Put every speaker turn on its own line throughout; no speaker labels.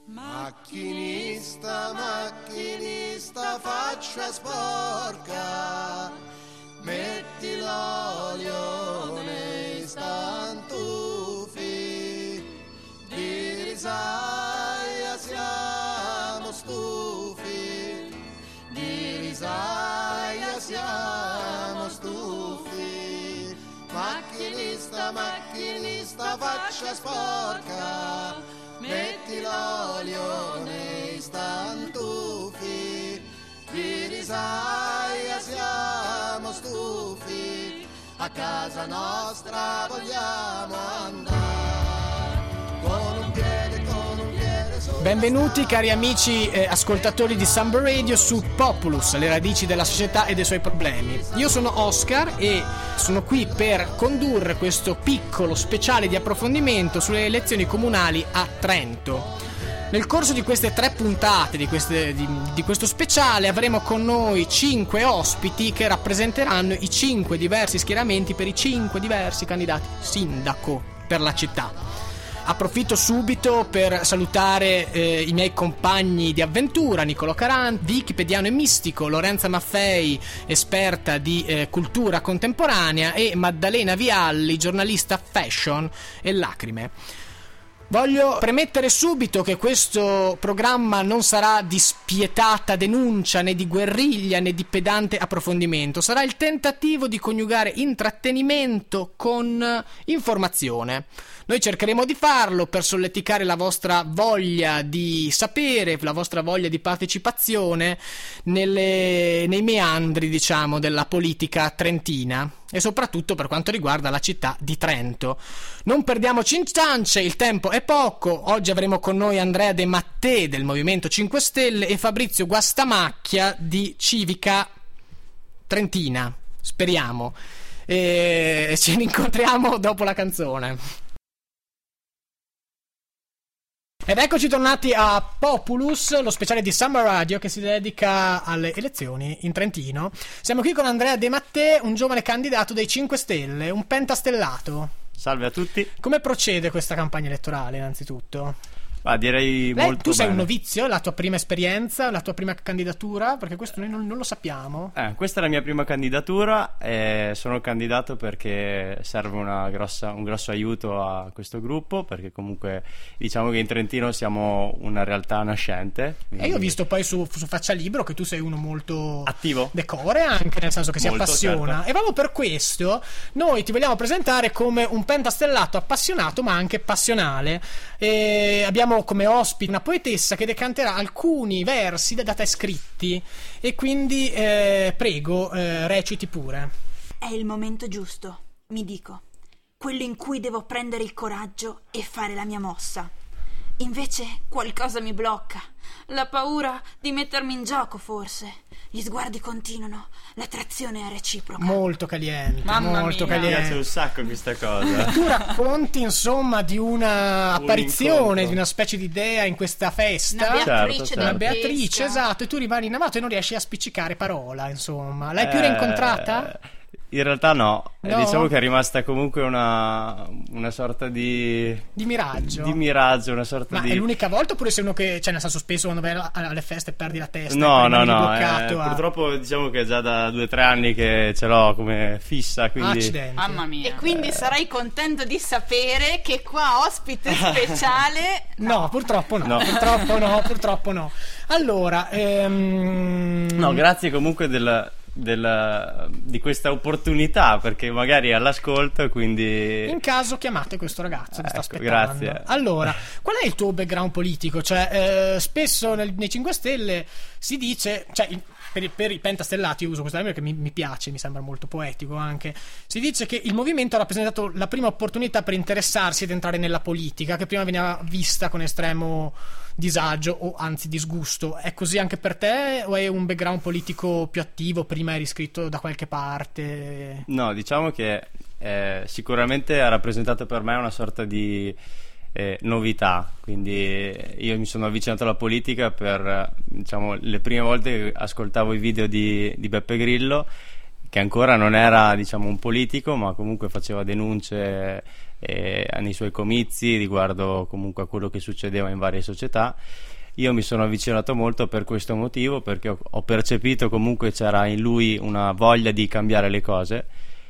Macchinista, macchinista, faccia sporca, metti l'olio nei stantufi, di risaia siamo stufi, di risaia siamo stufi. Macchinista, macchinista, faccia sporca, metti l'olio nei stantufi, di risaia siamo stufi, a casa nostra vogliamo andare, con un piede sopra.
Benvenuti cari amici ascoltatori di Samba Radio su Populus, le radici della società e dei suoi problemi. Io sono Oscar e sono qui per condurre questo piccolo speciale di approfondimento sulle elezioni comunali a Trento. Nel corso di queste 3 puntate di questo speciale avremo con noi 5 ospiti che rappresenteranno i 5 diversi schieramenti per i 5 diversi candidati sindaco per la città. Approfitto subito per salutare i miei compagni di avventura, Niccolò Caranti, wikipediano e mistico, Lorenza Maffei, esperta di cultura contemporanea, e Maddalena Vialli, giornalista fashion e lacrime. Voglio premettere subito che questo programma non sarà di spietata denuncia, né di guerriglia, né di pedante approfondimento. Sarà il tentativo di coniugare intrattenimento con informazione. Noi cercheremo di farlo per solleticare la vostra voglia di sapere, la vostra voglia di partecipazione nei meandri, diciamo, della politica trentina e soprattutto per quanto riguarda la città di Trento. Non perdiamoci in ciance, il tempo è poco. Oggi avremo con noi Andrea De Mattei del Movimento 5 Stelle e Fabrizio Guastamacchia di Civica Trentina, speriamo. E ci rincontriamo dopo la canzone. Ed eccoci tornati a Populus, lo speciale di Samba Radio che si dedica alle elezioni in Trentino. Siamo qui con Andrea De Mattei, un giovane candidato dei 5 Stelle, un pentastellato.
Salve a tutti.
Come procede questa campagna elettorale, innanzitutto?
Direi molto
tu sei
bene.
Un novizio, la tua prima esperienza, la tua prima candidatura? Perché questo noi non lo sappiamo.
Questa è la mia prima candidatura e sono candidato perché serve un grosso aiuto a questo gruppo, perché comunque diciamo che in Trentino siamo una realtà nascente. Quindi...
E io ho visto poi su Faccia Libro che tu sei uno molto
attivo,
decore anche, nel senso che si
molto,
appassiona, certo. E proprio per questo noi ti vogliamo presentare come un pentastellato appassionato ma anche passionale. E abbiamo come ospite una poetessa che decanterà alcuni versi da te scritti e quindi prego, reciti pure.
È il momento giusto, mi dico, quello in cui devo prendere il coraggio e fare la mia mossa. Invece qualcosa mi blocca, la paura di mettermi in gioco forse. Gli sguardi continuano, l'attrazione è reciproca.
Molto caliente,
Mamma
molto
mia.
Mi
caliente.
piace un sacco questa cosa.
Tu racconti insomma di una apparizione,
incontro,
di una specie di idea in questa festa.
Una Beatrice
Certo.
Una
dantesca.
Beatrice, esatto, e tu rimani inamato e non riesci a spiccicare parola, insomma. L'hai più rincontrata?
In realtà no.
No?
Diciamo che è rimasta comunque una sorta di
miraggio.
Di miraggio, una sorta
Ma
di...
è l'unica volta oppure sei uno che, cioè nel senso, spesso quando vai alle feste perdi la testa?
No,
e rimani
no.
bloccato a...
Purtroppo diciamo che è già da 2 o 3 anni che ce l'ho come fissa, quindi...
Accidenti.
Mamma mia.
E quindi sarai contento di sapere che qua ospite speciale...
No, purtroppo no.
No.
Purtroppo no. Allora,
No, grazie comunque di questa opportunità, perché magari all'ascolto, quindi
in caso chiamate questo ragazzo che sta
Ecco,
aspettando.
grazie.
Allora, qual è il tuo background politico? Cioè, spesso nei 5 Stelle si dice, cioè per i pentastellati, io uso questo termine che mi piace, mi sembra molto poetico anche, si dice che il movimento ha rappresentato la prima opportunità per interessarsi ed entrare nella politica, che prima veniva vista con estremo disagio o anzi disgusto. È così anche per te o hai un background politico più attivo? Prima eri iscritto da qualche parte?
no, diciamo che sicuramente ha rappresentato per me una sorta di novità, quindi io mi sono avvicinato alla politica per diciamo le prime volte che ascoltavo i video di Beppe Grillo, che ancora non era diciamo un politico, ma comunque faceva denunce nei suoi comizi, riguardo comunque a quello che succedeva in varie società. Io mi sono avvicinato molto per questo motivo, perché ho percepito comunque c'era in lui una voglia di cambiare le cose,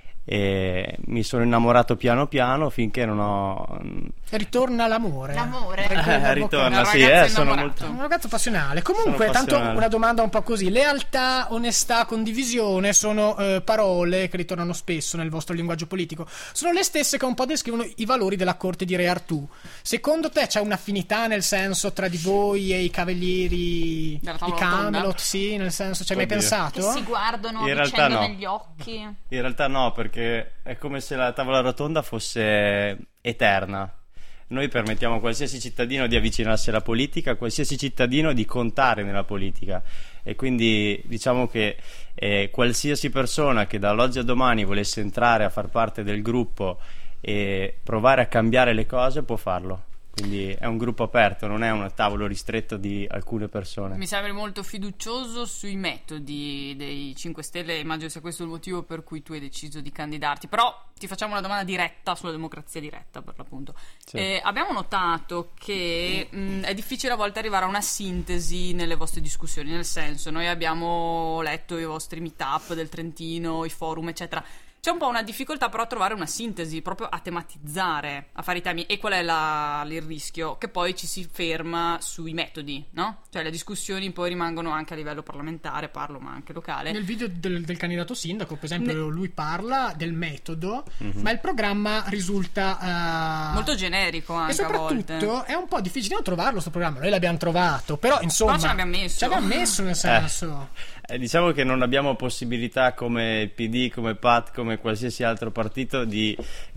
e mi sono innamorato piano piano finché non ho...
Ritorna l'amore.
Ritorna, sì, sono molto...
un ragazzo passionale. Comunque, tanto una domanda un po' così: lealtà, onestà, condivisione sono parole che ritornano spesso nel vostro linguaggio politico. Sono le stesse che un po' descrivono i valori della corte di Re Artù. Secondo te c'è un'affinità, nel senso, tra di voi e i cavalieri di Camelot? Sì, nel senso, ci hai mai pensato?
Che si guardano
in
dicendo
realtà no.
negli occhi.
In realtà no, perché è come se la tavola rotonda fosse eterna. Noi permettiamo a qualsiasi cittadino di avvicinarsi alla politica, a qualsiasi cittadino di contare nella politica, e quindi diciamo che qualsiasi persona che dall'oggi a domani volesse entrare a far parte del gruppo e provare a cambiare le cose può farlo. Quindi è un gruppo aperto, non è un tavolo ristretto di alcune persone.
Mi sembri molto fiducioso sui metodi dei 5 Stelle, immagino sia questo il motivo per cui tu hai deciso di candidarti. Però ti facciamo una domanda diretta sulla democrazia diretta, per l'appunto.
Sì.
Abbiamo notato che è difficile a volte arrivare a una sintesi nelle vostre discussioni, nel senso, noi abbiamo letto i vostri meetup del Trentino, i forum, eccetera. C'è un po' una difficoltà però a trovare una sintesi, proprio a tematizzare, a fare i temi. E qual è il rischio? Che poi ci si ferma sui metodi, no? Cioè le discussioni poi rimangono anche a livello parlamentare, ma anche locale.
Nel video del candidato sindaco, per esempio, lui parla del metodo, ma il programma risulta
molto generico anche
e
a volte.
soprattutto è un po' difficile trovarlo sto programma. Noi l'abbiamo trovato, però insomma
ce l'abbiamo messo.
Ce l'abbiamo messo, nel senso...
Diciamo che non abbiamo possibilità come il PD, come PAT, come qualsiasi altro partito di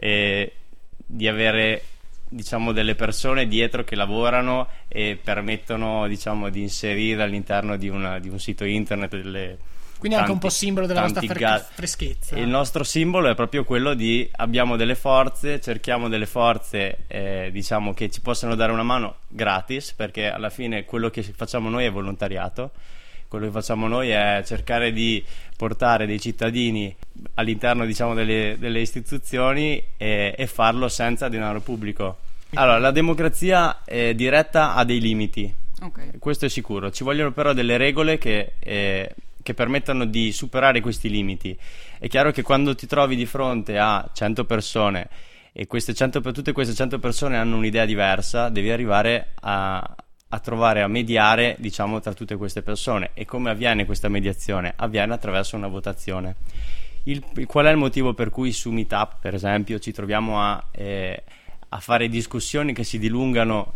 avere, diciamo, delle persone dietro che lavorano e permettono, diciamo, di inserire all'interno di un sito internet delle...
Quindi è anche un po' simbolo della nostra freschezza.
Il nostro simbolo è proprio quello di abbiamo delle forze, cerchiamo delle forze diciamo che ci possano dare una mano gratis, perché alla fine quello che facciamo noi è volontariato. Quello che facciamo noi è cercare di portare dei cittadini all'interno, diciamo, delle istituzioni e farlo senza denaro pubblico. Allora, la democrazia diretta ha dei limiti,
okay.
Questo è sicuro. Ci vogliono però delle regole che permettano di superare questi limiti. È chiaro che quando ti trovi di fronte a 100 persone e tutte queste 100 persone hanno un'idea diversa, devi arrivare a trovare, a mediare, diciamo, tra tutte queste persone. E come avviene questa mediazione? Avviene attraverso una votazione. Qual è il motivo per cui su Meetup, per esempio, ci troviamo a fare discussioni che si dilungano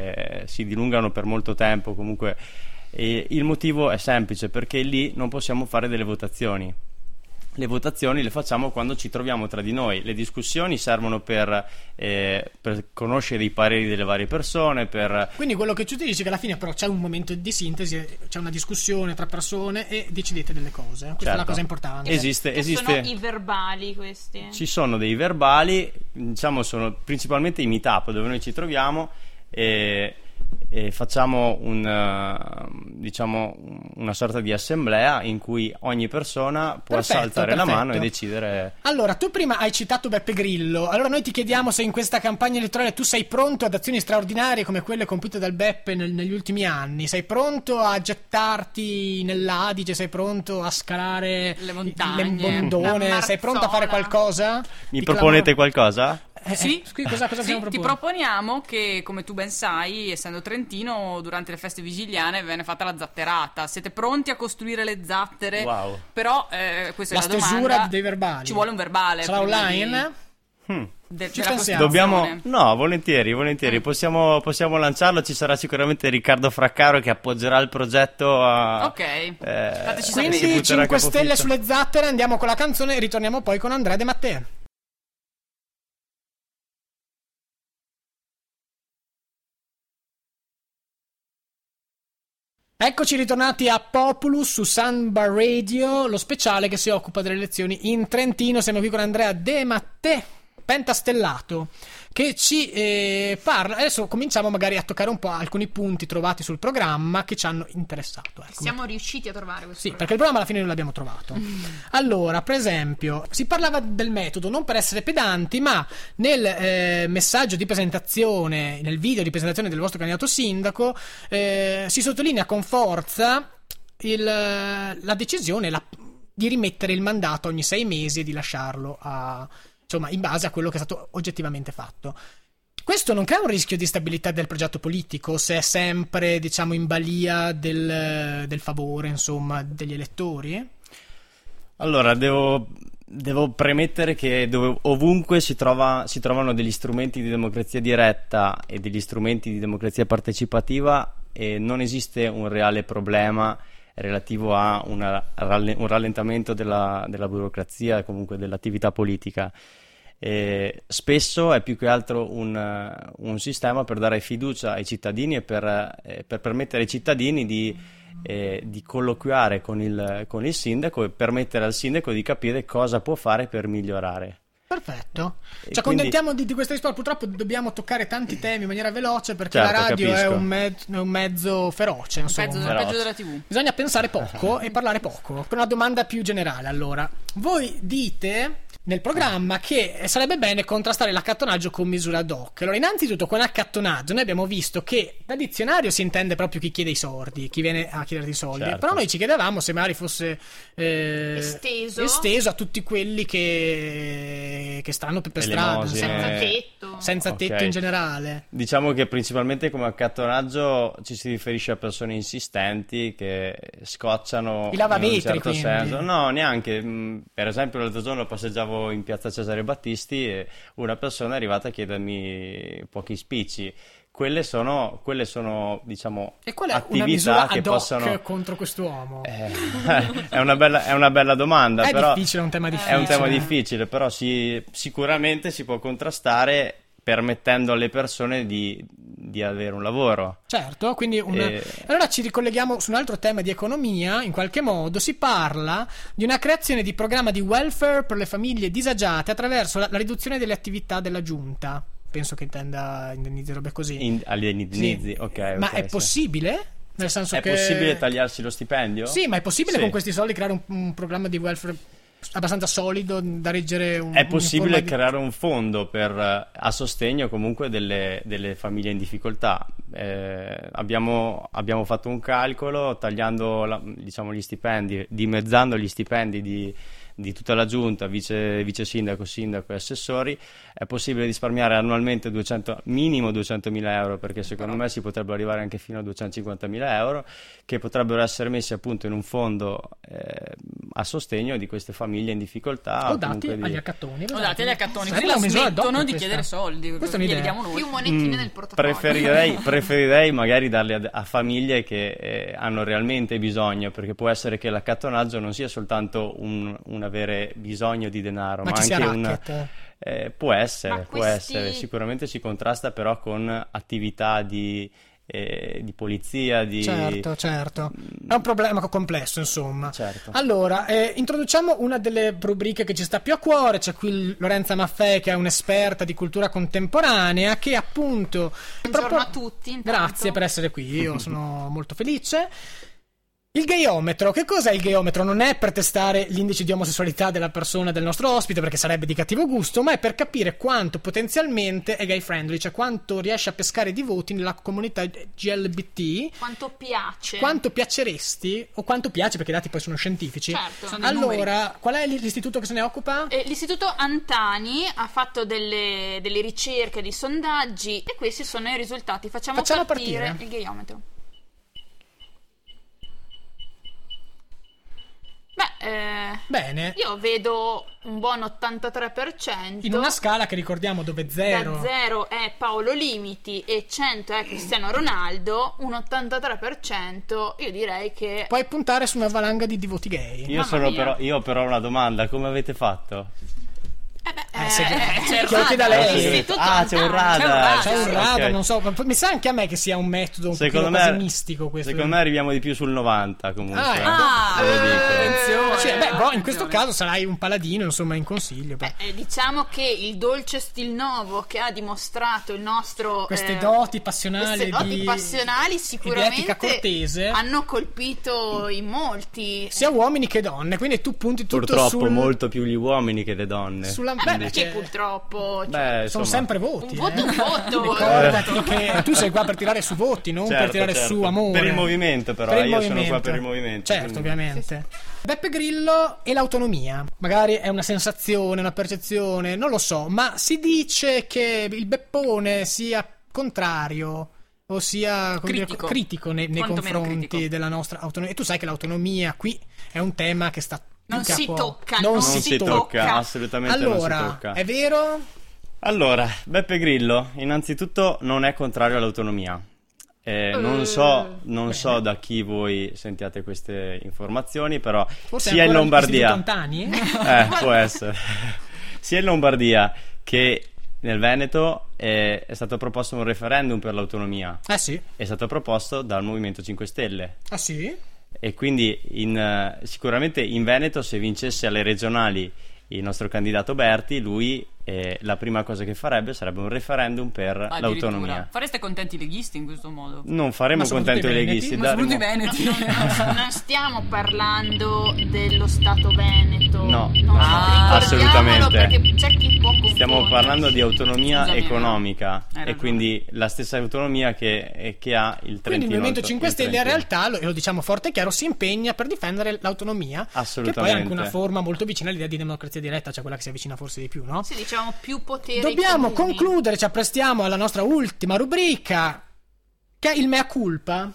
per molto tempo? Comunque il motivo è semplice, perché lì non possiamo fare delle votazioni. Le votazioni le facciamo quando ci troviamo tra di noi. Le discussioni servono per conoscere i pareri delle varie persone,
Quindi quello che tu ti dici è che alla fine però c'è un momento di sintesi, c'è una discussione tra persone e decidete delle cose. Questa è la cosa importante.
Esiste.
Sono i verbali questi.
Ci sono dei verbali, diciamo, sono principalmente i meetup dove noi ci troviamo e facciamo diciamo una sorta di assemblea in cui ogni persona può alzare la mano e decidere.
Allora, tu prima hai citato Beppe Grillo, allora noi ti chiediamo se in questa campagna elettorale tu sei pronto ad azioni straordinarie come quelle compiute dal Beppe negli ultimi anni. Sei pronto a gettarti nell'Adige? Sei pronto a scalare
le montagne,
Bondone? Sei pronto a fare qualcosa?
Mi proponete qualcosa?
Sì,
cosa sì,
ti proponiamo che, come tu ben sai, essendo trentino, durante le feste vigiliane viene fatta la zatterata. Siete pronti a costruire le zattere?
Wow.
Però questa
la
è la domanda.
stesura dei verbali.
Ci vuole un verbale.
Sarà online?
Ci pensiamo.
No, volentieri. Possiamo lanciarlo. Ci sarà sicuramente Riccardo Fraccaro che appoggerà il progetto
ok, fateci sapere.
Quindi 5 stelle sulle zattere. Andiamo con la canzone e ritorniamo poi con Andrea De Matteo. Eccoci ritornati a Populus su Samba Radio, lo speciale che si occupa delle elezioni in Trentino. Siamo qui con Andrea De Matteo. pentastellato, che ci parla. Adesso cominciamo magari a toccare un po' alcuni punti trovati sul programma che ci hanno interessato. Ecco.
Siamo riusciti a trovare questo
Sì, perché il programma alla fine non l'abbiamo trovato. Allora, per esempio, si parlava del metodo, non per essere pedanti, ma nel messaggio di presentazione, nel video di presentazione del vostro candidato sindaco, si sottolinea con forza la decisione di rimettere il mandato ogni 6 mesi e di lasciarlo insomma, in base a quello che è stato oggettivamente fatto. Questo non crea un rischio di stabilità del progetto politico se è sempre, diciamo, in balia del favore, insomma, degli elettori?
Allora, devo premettere che ovunque si trovano degli strumenti di democrazia diretta e degli strumenti di democrazia partecipativa, non esiste un reale problema relativo a un rallentamento della burocrazia e comunque dell'attività politica. Spesso è più che altro un sistema per dare fiducia ai cittadini e per permettere ai cittadini di colloquiare con il sindaco e permettere al sindaco di capire cosa può fare per migliorare.
Perfetto.
E
Ci accontentiamo di questa risposta. Purtroppo dobbiamo toccare tanti temi in maniera veloce perché
Certo,
la radio
capisco.
è un mezzo feroce, insomma.
Peggio della TV.
Bisogna pensare poco e parlare poco. Per una domanda più generale, allora, voi dite nel programma che sarebbe bene contrastare l'accattonaggio con misure ad hoc. Allora, innanzitutto, con accattonaggio noi abbiamo visto che da dizionario si intende proprio chi chiede i soldi, chi viene a chiederti i soldi.
Certo.
Però noi ci chiedevamo se magari fosse esteso a tutti quelli che stanno per strada,
Elemosine.
senza tetto
Ok.
in generale.
Diciamo che principalmente come accattonaggio ci si riferisce a persone insistenti che scocciano
I lavavetri,
in un certo
quindi.
senso. No, neanche. Per esempio l'altro giorno passeggiavo in piazza Cesare Battisti e una persona è arrivata a chiedermi pochi spicci. Quelle sono diciamo,
E qual è una misura
attività che
ad hoc
possono...
contro quest'uomo?
È una bella domanda,
È
però
difficile, è un tema difficile.
è un tema difficile, però sicuramente si può contrastare permettendo alle persone di avere un lavoro.
Certo, quindi allora ci ricolleghiamo su un altro tema di economia. In qualche modo si parla di una creazione di programma di welfare per le famiglie disagiate attraverso la riduzione delle attività della giunta. Penso che intenda indennizzi, robe così.
Agli indennizzi,
Sì.
ok.
Ma
ok,
è
sì.
possibile? Nel senso
È
che
possibile tagliarsi lo stipendio?
Sì, ma è possibile
Sì.
con questi soldi creare un programma di welfare abbastanza solido da reggere
È possibile
un'informa di-
creare un fondo a sostegno comunque delle famiglie in difficoltà. Abbiamo fatto un calcolo tagliando diciamo, gli stipendi, dimezzando gli stipendi di tutta la giunta, vice sindaco, sindaco e assessori. È possibile risparmiare annualmente minimo 200.000 euro, perché secondo me si potrebbero arrivare anche fino a 250.000 euro, che potrebbero essere messi appunto in un fondo a sostegno di queste famiglie in difficoltà
o dati
comunque
agli accattoni.
O dati agli accattoni,
Sarebbe
così la
una misura ad hoc
smettono di
questa.
chiedere soldi.
Questa è
glieli
un'idea.
diamo noi.
Più monetine nel portafoglio.
Preferirei magari darle a famiglie che hanno realmente bisogno, perché può essere che l'accattonaggio non sia soltanto un avere bisogno di denaro,
Ma
ma
ci sia
anche
racket.
può essere,
Ma
può
questi-
essere. Sicuramente si contrasta però con attività di polizia,
Certo. È un problema complesso, insomma.
Certo.
Allora, introduciamo una delle rubriche che ci sta più a cuore. C'è qui Lorenza Maffei, che è un'esperta di cultura contemporanea, che appunto...
Buongiorno a tutti, intanto.
Grazie per essere qui, io sono molto felice. Il gayometro, che cos'è il gayometro? Non è per testare l'indice di omosessualità della persona del nostro ospite, perché sarebbe di cattivo gusto, ma è per capire quanto potenzialmente è gay friendly, cioè quanto riesce a pescare di voti nella comunità GLBT,
Quanto piace.
quanto piaceresti, o quanto piace, perché i dati poi sono scientifici.
Certo.
Sono dei numeri.
Allora, qual è l'istituto che se ne occupa?
L'Istituto Antani ha fatto delle ricerche, dei sondaggi, e questi sono i risultati. Facciamo partire il gayometro.
Bene,
Io vedo un buon 83%.
in una scala che ricordiamo dove 0...
Da 0 è Paolo Limiti e 100 è Cristiano Ronaldo, un 83%, io direi che...
Puoi puntare su una valanga di voti gay.
Io
Mamma mia.
io ho però una domanda: come avete fatto?
c'è
Chi occhi da lei.
l'Istituto
c'è un
Antani.
radar.
C'è un radar,
Ok.
non so, mi sa anche a me che sia un metodo un
Secondo
pochino quasi
me,
mistico questo.
secondo me arriviamo di più sul 90 comunque.
Ah, ecco.
Ah,
Ve lo dico.
attenzione.
Cioè, beh, in questo
attenzione.
caso sarai un paladino, insomma, in consiglio.
Diciamo che il dolce Stilnovo che ha dimostrato il nostro
Queste doti passionali
queste doti
di
passionali
etica
sicuramente
cortese.
hanno colpito in molti.
Sia uomini che donne, quindi tu punti tutto
Purtroppo molto più gli uomini che le donne.
sulla
Perché
cioè,
purtroppo
Beh,
sono
insomma,
sempre voti.
un voto è un voto.
Ricordati che tu sei qua per tirare su voti, non per
certo,
tirare
certo.
su amore.
Per il movimento, però,
Per il
io sono qua
movimento.
per il movimento.
Certo,
quindi-
ovviamente. Beppe Grillo e l'autonomia. Magari è una sensazione, una percezione, non lo so, ma si dice che il Beppone sia contrario o sia come dire,
Critico.
critico nei
Quantomeno
confronti
critico.
della nostra autonomia. E tu sai che l'autonomia qui è un tema che sta
Non
più che a
si
cuore.
tocca,
non
Non
si
si tocca, assolutamente non si
Allora,
tocca.
è vero?
Allora, Beppe Grillo, innanzitutto non è contrario all'autonomia. Non so da chi voi sentiate queste informazioni, però
Forse
sia
è
in
ancora
Lombardia,
l'Istituto Antani?
può essere, sia in Lombardia che nel Veneto è stato proposto un referendum per l'autonomia.
Sì.
È stato proposto dal Movimento 5 Stelle.
Ah sì?
E quindi sicuramente in Veneto, se vincesse alle regionali il nostro candidato Berti, lui la prima cosa che farebbe sarebbe un referendum per
Addirittura.
l'autonomia.
Fareste contenti i leghisti in questo modo?
Non faremo
Ma soprattutto
contento i
i
leghisti.
Ma soprattutto i
daremo-
veneti.
Non stiamo parlando dello Stato Veneto.
No,
ricordiamolo
assolutamente.
Perché c'è chi può confondere.
Stiamo parlando di autonomia
Scusami,
economica
hai
e
ragione.
quindi la stessa autonomia che ha il Trentino.
Quindi il Movimento 5 Stelle in
Trentino.
realtà, lo diciamo forte e chiaro, si impegna per difendere l'autonomia, che poi è
Assolutamente.
anche una forma molto vicina all'idea di democrazia diretta, cioè quella che si avvicina forse di più, no?
Sì, diciamo più potere. ai
Dobbiamo
comuni.
concludere, ci apprestiamo alla nostra ultima rubrica, che è il mea culpa.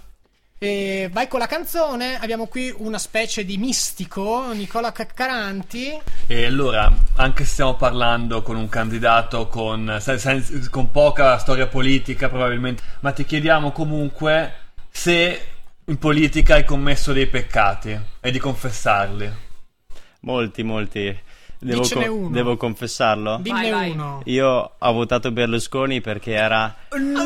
E vai con la canzone, abbiamo qui una specie di mistico, Nicola Caccaranti.
E allora, anche se stiamo parlando con un candidato con poca storia politica probabilmente, ma ti chiediamo comunque se in politica hai commesso dei peccati e di confessarli.
Molti.
Dicene uno.
Devo confessarlo?
Dinne
Vai.
uno.
Io ho votato Berlusconi perché era...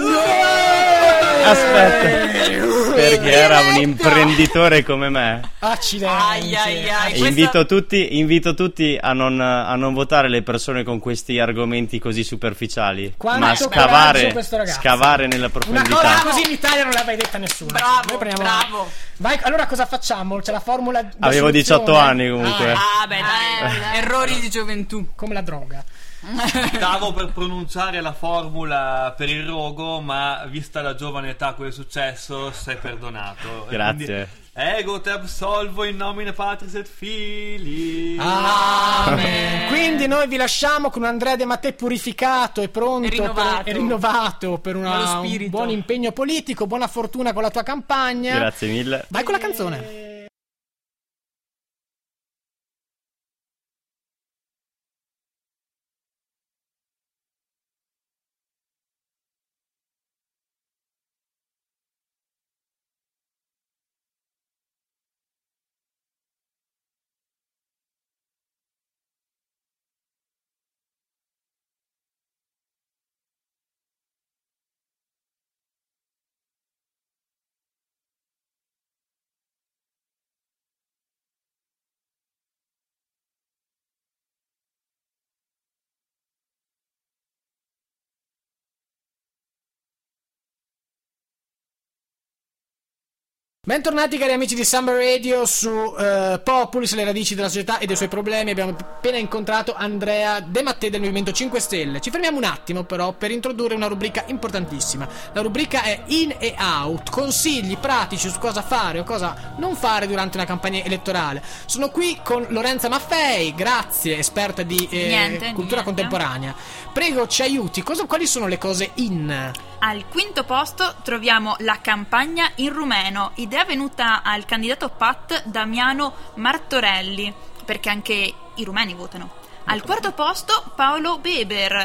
Aspetta, perché era un imprenditore come me.
Accidenti.
E invito tutti a non votare le persone con questi argomenti così superficiali,
Quanto
ma
coraggio questo ragazzo.
scavare nella
Una cosa
profondità.
così in Italia non l'aveva detta nessuno.
Bravo,
Noi prendiamo-
bravo.
Vai, allora cosa facciamo? C'è la formula di
Avevo
soluzione?
18 anni comunque.
Ah, beh, dai. Errori di gioventù.
Come la droga.
Stavo per pronunciare la formula per il rogo, ma vista la giovane età, quello che è successo, sei perdonato. E
Grazie.
quindi, ego te absolvo in nomine Patris et Filii.
Amen. Quindi noi vi lasciamo con un Andrea De Mattei purificato e pronto
E rinnovato.
per
Con lo
un
spirito.
buon impegno politico. Buona fortuna con la tua campagna.
Grazie mille.
Vai con la canzone. Bentornati cari amici di Samba Radio su Populus, le radici della società e dei suoi problemi. Abbiamo appena incontrato Andrea De Mattei del Movimento 5 Stelle. Ci fermiamo un attimo però per introdurre una rubrica importantissima. La rubrica è In e Out, consigli pratici su cosa fare o cosa non fare durante una campagna elettorale. Sono qui con Lorenza Maffei, grazie, esperta di cultura
niente.
contemporanea. Prego, ci aiuti, quali sono le cose in?
Al quinto posto troviamo la campagna in rumeno, idea venuta al candidato PAT Damiano Martorelli, perché anche i rumeni votano. Al quarto posto Paolo Beber,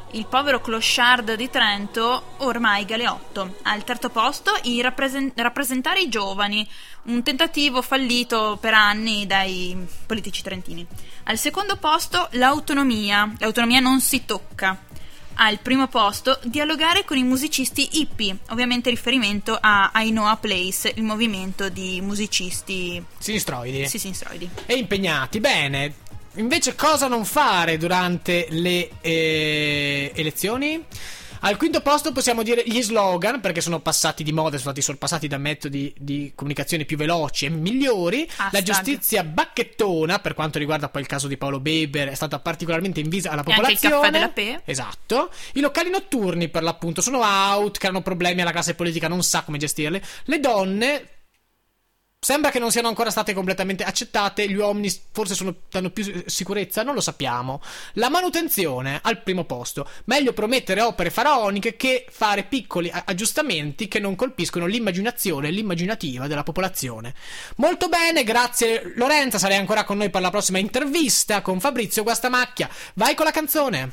il povero clochard di Trento, ormai Galeotto. Al terzo posto rappresentare i giovani, un tentativo fallito per anni dai politici trentini. Al secondo posto l'autonomia non si tocca. Al primo posto dialogare con i musicisti hippie, ovviamente riferimento a Ainhoa Place, il movimento di musicisti
sinistroidi.
Sì, sinistroidi.
E impegnati, bene. Invece cosa non fare durante le elezioni? Al quinto posto possiamo dire gli slogan, perché sono passati di moda, sono stati sorpassati da metodi di comunicazione più veloci e migliori.
Hashtag.
La giustizia bacchettona, per quanto riguarda poi il caso di Paolo Beber, è stata particolarmente invisa alla popolazione.
E anche il caffè della Pe.
Esatto. I locali notturni, per l'appunto, sono out, creano problemi alla classe politica, non sa come gestirli. Le donne sembra che non siano ancora state completamente accettate. Gli uomini forse danno più sicurezza, non lo sappiamo. La manutenzione al primo posto. Meglio promettere opere faraoniche che fare piccoli aggiustamenti che non colpiscono l'immaginazione, l'immaginativa della popolazione. Molto bene, grazie Lorenza, sarai ancora con noi per la prossima intervista con Fabrizio Guastamacchia. Vai con la canzone.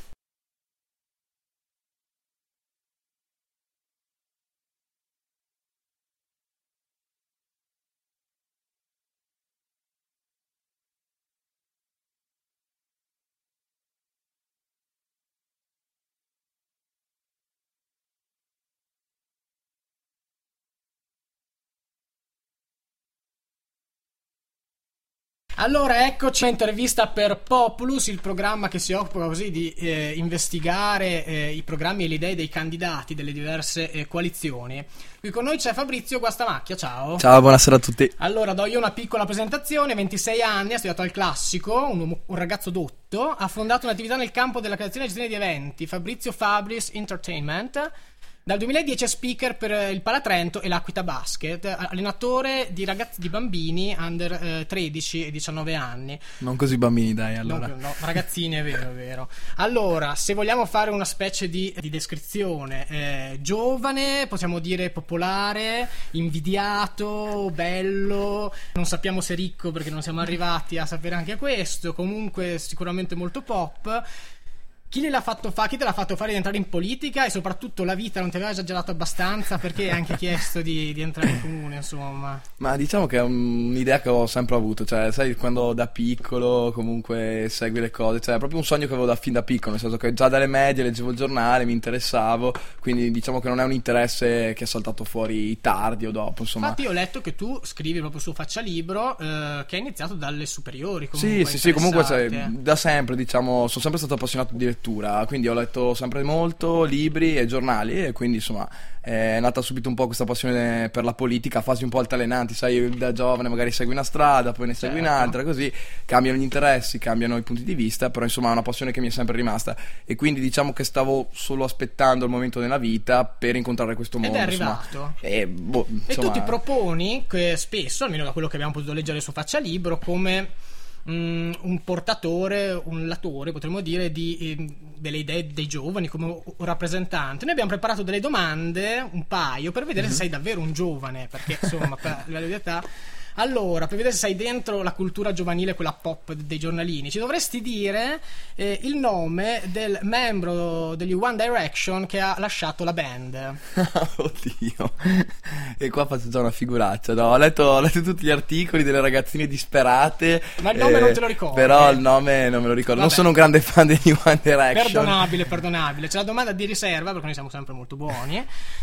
Allora, eccoci, intervista per Populus, il programma che si occupa così di investigare i programmi e le idee dei candidati delle diverse coalizioni. Qui con noi c'è Fabrizio Guastamacchia, ciao.
Ciao, buonasera a tutti.
Allora, do io una piccola presentazione. 26 anni, ha studiato al classico, un ragazzo dotto, ha fondato un'attività nel campo della creazione e gestione di eventi, Fabrizio Fabris Entertainment. Dal 2010 è speaker per il Palatrento e l'Aquita Basket, allenatore di ragazzi, di bambini under 13 e 19 anni.
Non così bambini, dai, allora.
No, ragazzini, è vero, è vero. Allora, se vogliamo fare una specie di descrizione, giovane, possiamo dire popolare, invidiato, bello, non sappiamo se ricco perché non siamo arrivati a sapere anche questo, comunque sicuramente molto pop. Chi te l'ha fatto fare di entrare in politica, e soprattutto la vita non ti aveva esagerato abbastanza, perché hai anche chiesto di entrare in comune, insomma?
Ma diciamo che è un'idea che ho sempre avuto, cioè sai, quando da piccolo comunque segui le cose, cioè è proprio un sogno che avevo fin da piccolo, nel senso che già dalle medie leggevo il giornale, mi interessavo, quindi diciamo che non è un interesse che è saltato fuori tardi o dopo, insomma.
Infatti ho letto che tu scrivi proprio su Faccialibro, che hai iniziato dalle superiori, comunque.
Sì, comunque da sempre, diciamo, sono sempre stato appassionato di lettura, quindi ho letto sempre molto libri e giornali, e quindi insomma è nata subito un po' questa passione per la politica a fasi un po' altalenanti, sai, da giovane magari segui una strada, poi ne segui un'altra, così cambiano gli interessi, cambiano i punti di vista, però insomma è una passione che mi è sempre rimasta, e quindi diciamo che stavo solo aspettando il momento nella vita per incontrare questo mondo.
Ed è arrivato.
E
tu ti proponi che spesso, almeno da quello che abbiamo potuto leggere su Faccialibro, come un portatore, un latore, potremmo dire, delle idee dei giovani, come un rappresentante. Noi abbiamo preparato delle domande, un paio, per vedere se sei davvero un giovane, perché insomma per livello di età. Allora, per vedere se sei dentro la cultura giovanile, quella pop dei giornalini, ci dovresti dire il nome del membro degli One Direction che ha lasciato la band.
Oddio, e qua faccio già una figuraccia. No, ho letto tutti gli articoli delle ragazzine disperate,
ma il nome non te lo ricordo.
Però il nome non me lo ricordo. Vabbè. Non sono un grande fan degli One Direction.
Perdonabile. C'è la domanda di riserva, perché noi siamo sempre molto buoni.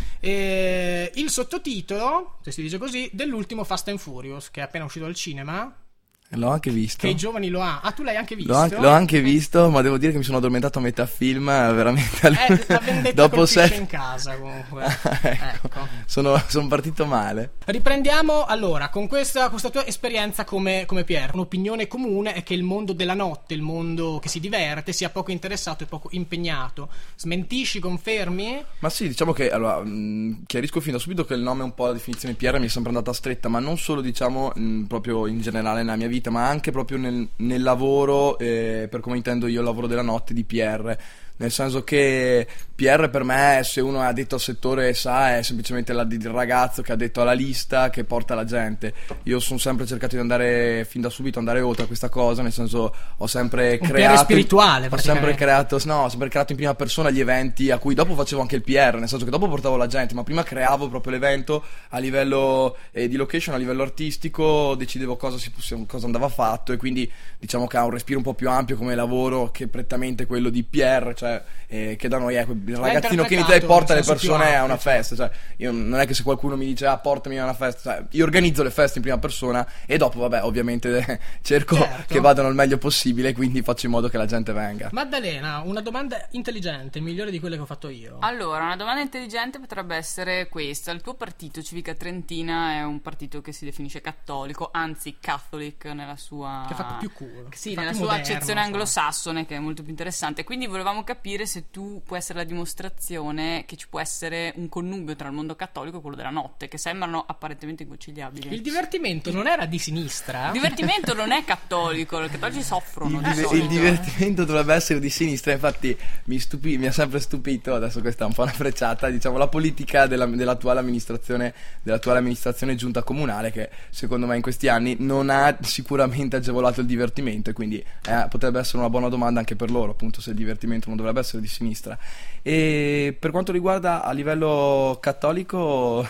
Il sottotitolo, se si dice così, dell'ultimo Fast and Furious, che è appena uscito al cinema.
L'ho anche visto.
Che i giovani lo hanno. Ah, tu l'hai anche visto?
L'ho anche visto, ma devo dire che mi sono addormentato a metà film, veramente.
La vendetta
dopo
in casa, comunque.
ecco. Sono partito male.
Riprendiamo allora con questa tua esperienza come Pierre. Un'opinione comune è che il mondo della notte, il mondo che si diverte, sia poco interessato e poco impegnato. Smentisci, confermi?
Ma sì, diciamo che allora chiarisco fin da subito che il nome, un po' la definizione Pierre mi è sempre andata stretta, ma non solo, diciamo, proprio in generale nella mia vita, ma anche proprio nel lavoro, per come intendo io il lavoro della notte di Pierre. nel senso che PR per me, se uno è addetto al settore, sa, è semplicemente il ragazzo che ha detto alla lista, che porta la gente. Io sono sempre cercato di andare fin da subito, andare oltre a questa cosa, nel senso ho sempre
un
creato
PR spirituale,
ho sempre creato in prima persona gli eventi a cui dopo facevo anche il PR, nel senso che dopo portavo la gente, ma prima creavo proprio l'evento a livello di location, a livello artistico, decidevo cosa andava fatto, e quindi diciamo che ha un respiro un po' più ampio come lavoro che prettamente quello di PR, cioè che da noi è il ragazzino che inizia e porta le persone a una festa. Cioè, io non è che se qualcuno mi dice portami a una festa, cioè, io organizzo le feste in prima persona e dopo vabbè ovviamente cerco che vadano il meglio possibile, quindi faccio in modo che la gente venga.
Maddalena, una domanda intelligente, migliore di quelle che ho fatto io.
Allora, una domanda intelligente potrebbe essere questa: il tuo partito Civica Trentina è un partito che si definisce cattolico, anzi catholic nella sua,
che fa più cool,
sì, nella sua accezione anglosassone, che è molto più interessante. Quindi volevamo capire se tu puoi essere la dimostrazione che ci può essere un connubio tra il mondo cattolico e quello della notte, che sembrano apparentemente inconciliabili.
Il divertimento non era di sinistra?
Il divertimento non è cattolico, i cattolici soffrono.
Il divertimento dovrebbe essere di sinistra, infatti mi ha sempre stupito, adesso questa è un po' una frecciata, diciamo, la politica dell'attuale amministrazione giunta comunale, che secondo me in questi anni non ha sicuramente agevolato il divertimento, e quindi potrebbe essere una buona domanda anche per loro, appunto, se il divertimento non dovrebbe essere di sinistra. E per quanto riguarda a livello cattolico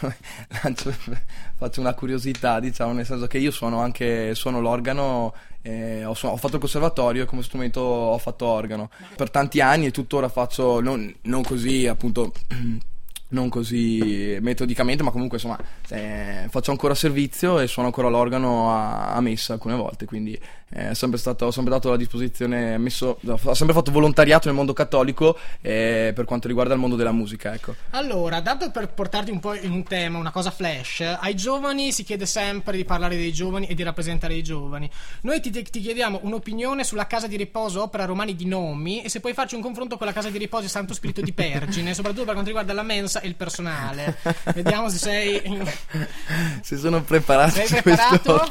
faccio una curiosità, diciamo, nel senso che io suono l'organo, ho fatto il conservatorio e come strumento ho fatto organo per tanti anni, e tuttora faccio non così, appunto, non così metodicamente, ma comunque insomma faccio ancora servizio e suono ancora l'organo a messa alcune volte, quindi ho sempre dato la disposizione, ho sempre fatto volontariato nel mondo cattolico per quanto riguarda il mondo della musica, ecco.
Allora, dato per portarti un po' in un tema, una cosa flash, ai giovani si chiede sempre di parlare dei giovani e di rappresentare i giovani. Noi ti chiediamo un'opinione sulla casa di riposo Opera Romani di Nomi, e se puoi farci un confronto con la casa di riposo Santo Spirito di Pergine, soprattutto per quanto riguarda la mensa e il personale. Vediamo se
se sono preparato.
Sei preparato?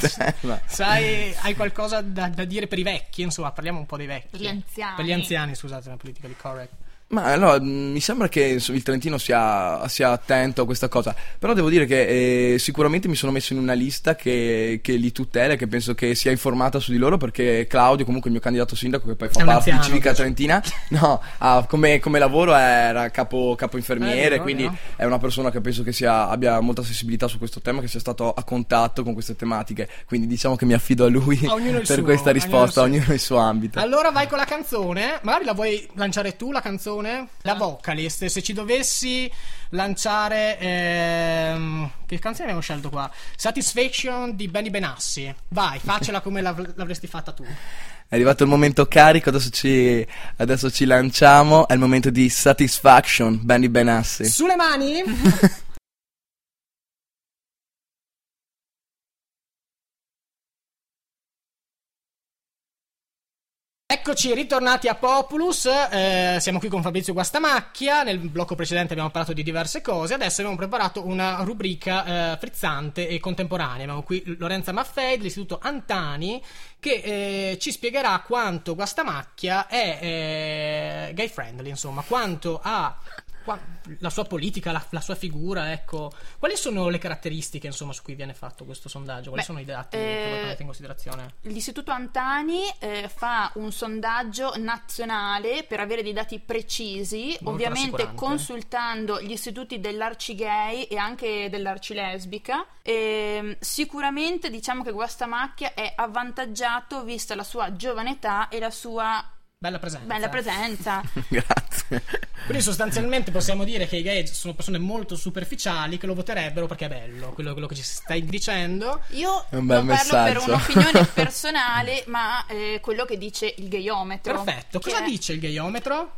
Hai qualcosa da dire per i vecchi, insomma, parliamo un po' dei vecchi. Per gli anziani, scusate, la politica di correct.
Ma allora, mi sembra che il Trentino sia attento a questa cosa, però devo dire che sicuramente mi sono messo in una lista che li tutela e che penso che sia informata su di loro, perché Claudio, comunque il mio candidato sindaco, che poi fa parte di Civica Trentina, come lavoro era capo infermiere, quindi è una persona che penso che abbia molta sensibilità su questo tema, che sia stato a contatto con queste tematiche, quindi diciamo che mi affido a lui questa risposta, ognuno il suo ambito.
Allora vai con la canzone, magari la vuoi lanciare tu la canzone? La vocalist, se ci dovessi lanciare che canzone abbiamo scelto qua? Satisfaction di Benny Benassi. Vai, faccela come l'avresti fatta tu.
È arrivato il momento carico, adesso ci lanciamo, è il momento di Satisfaction, Benny Benassi.
Sulle mani. Eccoci ritornati a Populus, siamo qui con Fabrizio Guastamacchia. Nel blocco precedente abbiamo parlato di diverse cose, adesso abbiamo preparato una rubrica frizzante e contemporanea. Abbiamo qui Lorenza Maffei dell'Istituto Antani che ci spiegherà quanto Guastamacchia è gay friendly, insomma, quanto ha la sua politica, la sua figura, ecco. Quali sono le caratteristiche, insomma, su cui viene fatto questo sondaggio? Quali sono i dati che voi prendete in considerazione?
L'Istituto Antani fa un sondaggio nazionale per avere dei dati precisi, molto ovviamente consultando gli istituti dell'Arcigay e anche dell'Arcilesbica. Sicuramente diciamo che Guastamacchia è avvantaggiato vista la sua giovane età e la sua bella presenza.
Grazie.
Quindi sostanzialmente possiamo dire che i gay sono persone molto superficiali che lo voterebbero perché è bello, quello che ci stai dicendo.
Io non parlo per un'opinione personale, ma quello che dice il gayometro.
Perfetto, cosa dice il gayometro?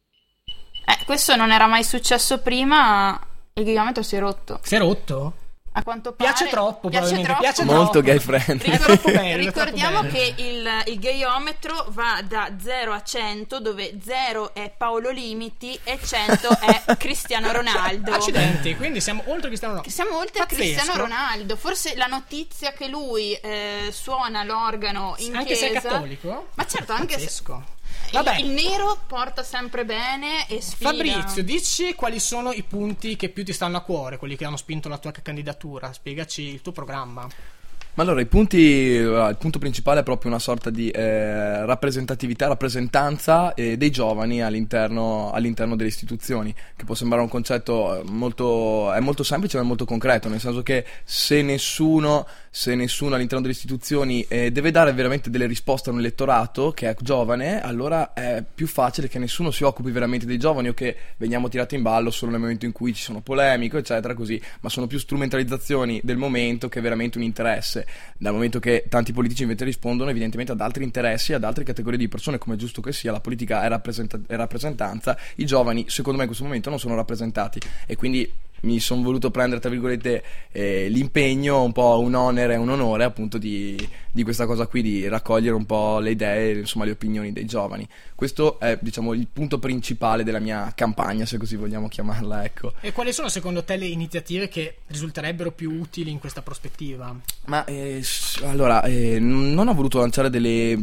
Questo non era mai successo prima, il gayometro si è rotto.
Si è rotto?
A quanto pare
Piace troppo,
piace
probabilmente.
troppo.
Piace
Molto
troppo.
gay friendly.
È troppo bello,
Ricordiamo
troppo bello.
che il gayometro va da 0 a 100, dove 0 è Paolo Limiti e 100 è Cristiano Ronaldo.
Accidenti, quindi siamo oltre Cristiano Ronaldo.
Siamo oltre a
Pazzesco.
Cristiano Ronaldo. Forse la notizia che lui suona l'organo in
Anche se
chiesa.
è cattolico?
Ma certo, anche se
Pazzesco. Vabbè.
il nero porta sempre bene e sfida.
Fabrizio, dici quali sono i punti che più ti stanno a cuore, quelli che hanno spinto la tua candidatura. Spiegaci il tuo programma.
Ma allora, il punto principale è proprio una sorta di rappresentatività, rappresentanza dei giovani all'interno delle istituzioni, che può sembrare un concetto è molto semplice ma è molto concreto, nel senso che se nessuno all'interno delle istituzioni deve dare veramente delle risposte a un elettorato che è giovane, allora è più facile che nessuno si occupi veramente dei giovani o che veniamo tirati in ballo solo nel momento in cui ci sono polemiche, eccetera, così, ma sono più strumentalizzazioni del momento che veramente un interesse. Dal momento che tanti politici invece rispondono evidentemente ad altri interessi, ad altre categorie di persone, come è giusto che sia. La politica è rappresentanza, i giovani secondo me in questo momento non sono rappresentati e quindi mi sono voluto prendere tra virgolette l'impegno, un po' un onere e un onore appunto di questa cosa qui, di raccogliere un po' le idee, insomma le opinioni dei giovani. Questo è, diciamo, il punto principale della mia campagna, se così vogliamo chiamarla, ecco.
E quali sono secondo te le iniziative che risulterebbero più utili in questa prospettiva?
Ma allora non ho voluto lanciare delle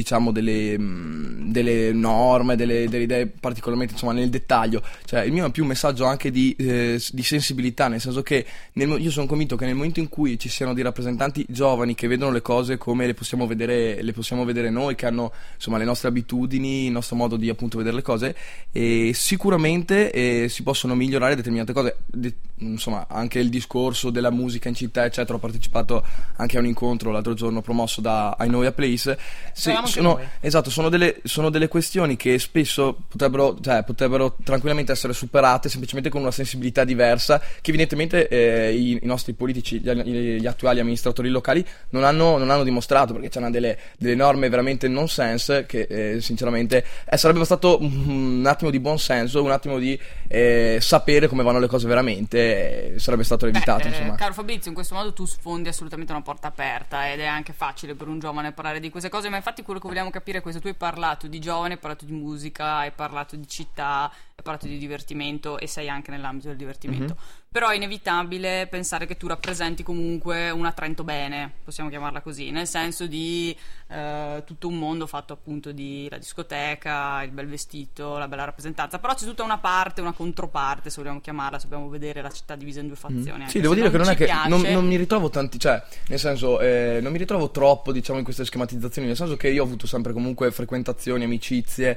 norme, delle idee particolarmente, insomma, nel dettaglio. Cioè il mio è più un messaggio anche di sensibilità, nel senso che io sono convinto che nel momento in cui ci siano dei rappresentanti giovani che vedono le cose come le possiamo vedere noi, che hanno, insomma, le nostre abitudini, il nostro modo di appunto vedere le cose, e sicuramente si possono migliorare determinate cose. Insomma, anche il discorso della musica in città, eccetera. Ho partecipato anche a un incontro l'altro giorno promosso da I Know a Place. Esatto, sono delle questioni che spesso potrebbero tranquillamente essere superate semplicemente con una sensibilità diversa, che evidentemente i nostri politici, gli attuali amministratori locali non hanno dimostrato, perché c'erano delle norme veramente nonsense che sinceramente sarebbe stato un attimo di buonsenso, un attimo di sapere come vanno le cose veramente, sarebbe stato evitato, insomma.
Caro Fabrizio, in questo modo tu sfondi assolutamente una porta aperta ed è anche facile per un giovane parlare di queste cose, ma infatti quello che vogliamo capire è questo: tu hai parlato di giovane, hai parlato di musica, hai parlato di città, hai parlato di divertimento e sei anche nell'ambito del divertimento. Però è inevitabile pensare che tu rappresenti comunque una Trento bene, possiamo chiamarla così, nel senso di tutto un mondo fatto appunto di la discoteca, il bel vestito, la bella rappresentanza, però c'è tutta una parte, una controparte, se vogliamo chiamarla, se dobbiamo vedere la città divisa in due fazioni.
Sì, devo dire che non è che
piace...
non mi ritrovo tanti, cioè nel senso non mi ritrovo troppo, diciamo, in queste schematizzazioni, nel senso che io ho avuto sempre comunque frequentazioni, amicizie,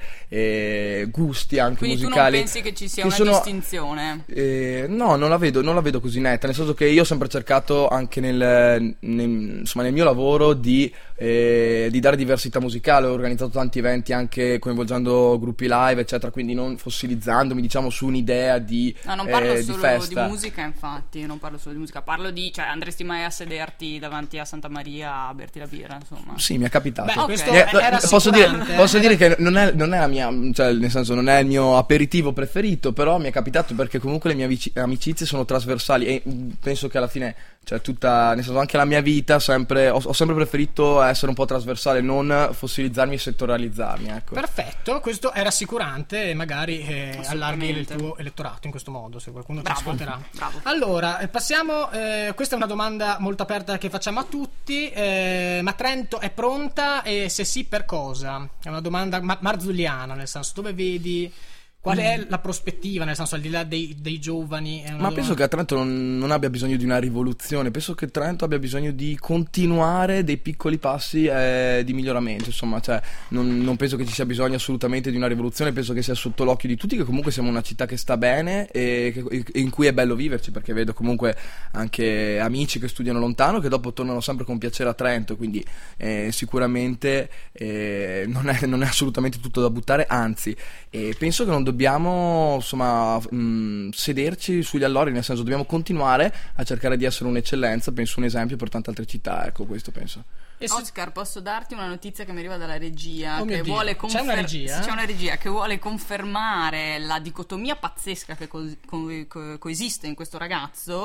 gusti anche
quindi
musicali.
Tu non pensi che ci sia una distinzione?
No, non la vedo così netta, nel senso che io ho sempre cercato anche nel mio lavoro di dare diversità musicale. Ho organizzato tanti eventi anche coinvolgendo gruppi live, eccetera, quindi non fossilizzandomi, diciamo, su un'idea di
no, non parlo
di
solo
festa.
di musica, infatti, non parlo solo di musica, parlo di, cioè, andresti mai a sederti davanti a Santa Maria a berti la birra, insomma?
Sì, mi è capitato.
Beh, questo
era
posso dire che non è la mia, cioè nel senso non è il mio aperitivo preferito, però mi è capitato perché comunque le mie amicizie sono trasversali e penso che alla fine, cioè tutta, nel senso, anche la mia vita ho sempre preferito essere un po' trasversale, non fossilizzarmi e settorializzarmi, ecco.
Perfetto, questo è rassicurante e magari allarghi il tuo elettorato in questo modo, se qualcuno ti ascolterà.
Bravo.
Allora, passiamo, questa è una domanda molto aperta che facciamo a tutti, ma Trento è pronta e se sì per cosa? È una domanda marzulliana, nel senso, dove vedi... Qual è la prospettiva, nel senso, al di là dei giovani?
Ma penso che a Trento non abbia bisogno di una rivoluzione, penso che Trento abbia bisogno di continuare dei piccoli passi di miglioramento, insomma, cioè non penso che ci sia bisogno assolutamente di una rivoluzione, penso che sia sotto l'occhio di tutti che comunque siamo una città che sta bene e in cui è bello viverci, perché vedo comunque anche amici che studiano lontano che dopo tornano sempre con piacere a Trento, quindi sicuramente non è assolutamente tutto da buttare, anzi, penso che non dobbiamo, insomma, sederci sugli allori, nel senso dobbiamo continuare a cercare di essere un'eccellenza, penso un esempio per tante altre città, ecco, questo penso.
Oscar, posso darti una notizia che mi arriva dalla regia,
Oh
che vuole
c'è una regia?
C'è una regia che vuole confermare la dicotomia pazzesca che coesiste in questo ragazzo,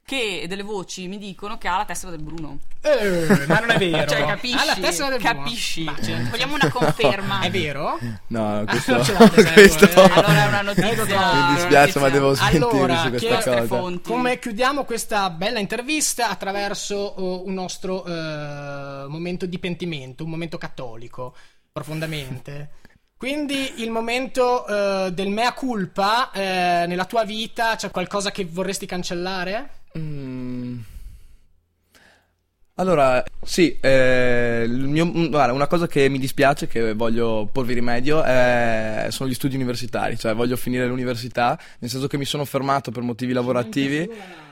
che delle voci mi dicono che ha la tessera del Bruno.
Ma non è vero.
Cioè, capisci?
Ha la tessera del Bruno.
Capisci?
Ma certo.
Vogliamo una conferma.
È vero?
No, questo,
non ce l'avete,
questo
Allora è una notizia.
mi dispiace, ma devo smentire
Allora,
su questa
che-
cosa.
fonti.
Come chiudiamo questa bella intervista attraverso un nostro momento di pentimento, un momento cattolico, profondamente. Quindi il momento del mea culpa nella tua vita, c'è qualcosa che vorresti cancellare?
Allora, sì, guarda, una cosa che mi dispiace, che voglio porvi rimedio, sono gli studi universitari, cioè voglio finire l'università, nel senso che mi sono fermato per motivi lavorativi,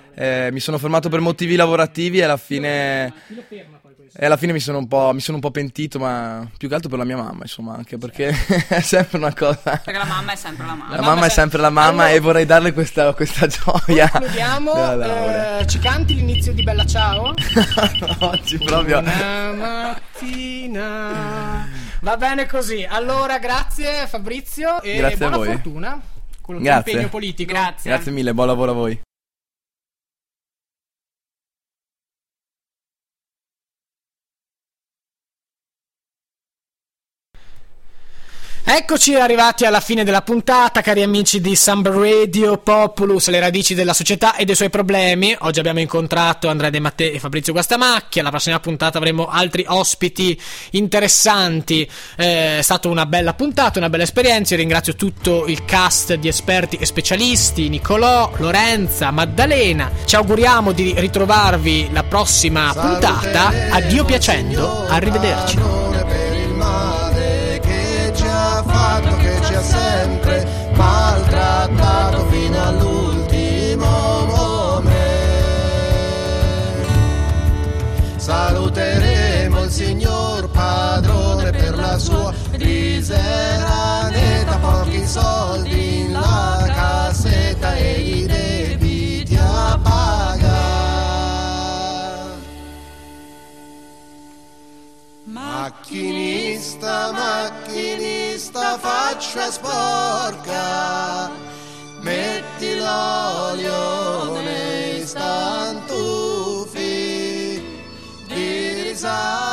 e alla fine mi sono un po' pentito, ma più che altro per la mia mamma, insomma, anche perché è sempre una cosa.
Perché la mamma è sempre la mamma.
La mamma è sempre la mamma,
Allora,
e vorrei darle questa gioia.
Concludiamo,
della laurea.
ci canti l'inizio di Bella Ciao?
Oggi proprio.
Una mattina. Va bene così. Allora, grazie Fabrizio e
Grazie a
buona
voi.
fortuna con il tuo
Grazie.
impegno politico.
Grazie.
Grazie mille, buon lavoro a voi.
Eccoci arrivati alla fine della puntata, cari amici di Samba Radio, Populus, le radici della società e dei suoi problemi. Oggi abbiamo incontrato Andrea De Mattei e Fabrizio Guastamacchia. La prossima puntata avremo altri ospiti interessanti. È stata una bella puntata, una bella esperienza. Io ringrazio tutto il cast di esperti e specialisti, Nicolò, Lorenza, Maddalena. Ci auguriamo di ritrovarvi la prossima puntata. Addio piacendo, arrivederci.
Per il male che ci ha fatto, che ci ha sempre maltrattato fino all'ultimo momento. Saluteremo il signor padrone per la sua misera netta, pochi soldi in la cassetta e i debiti a pagare. Macchinista, macchinista, faccia sporca, metti l'olio nei stantufi di risale.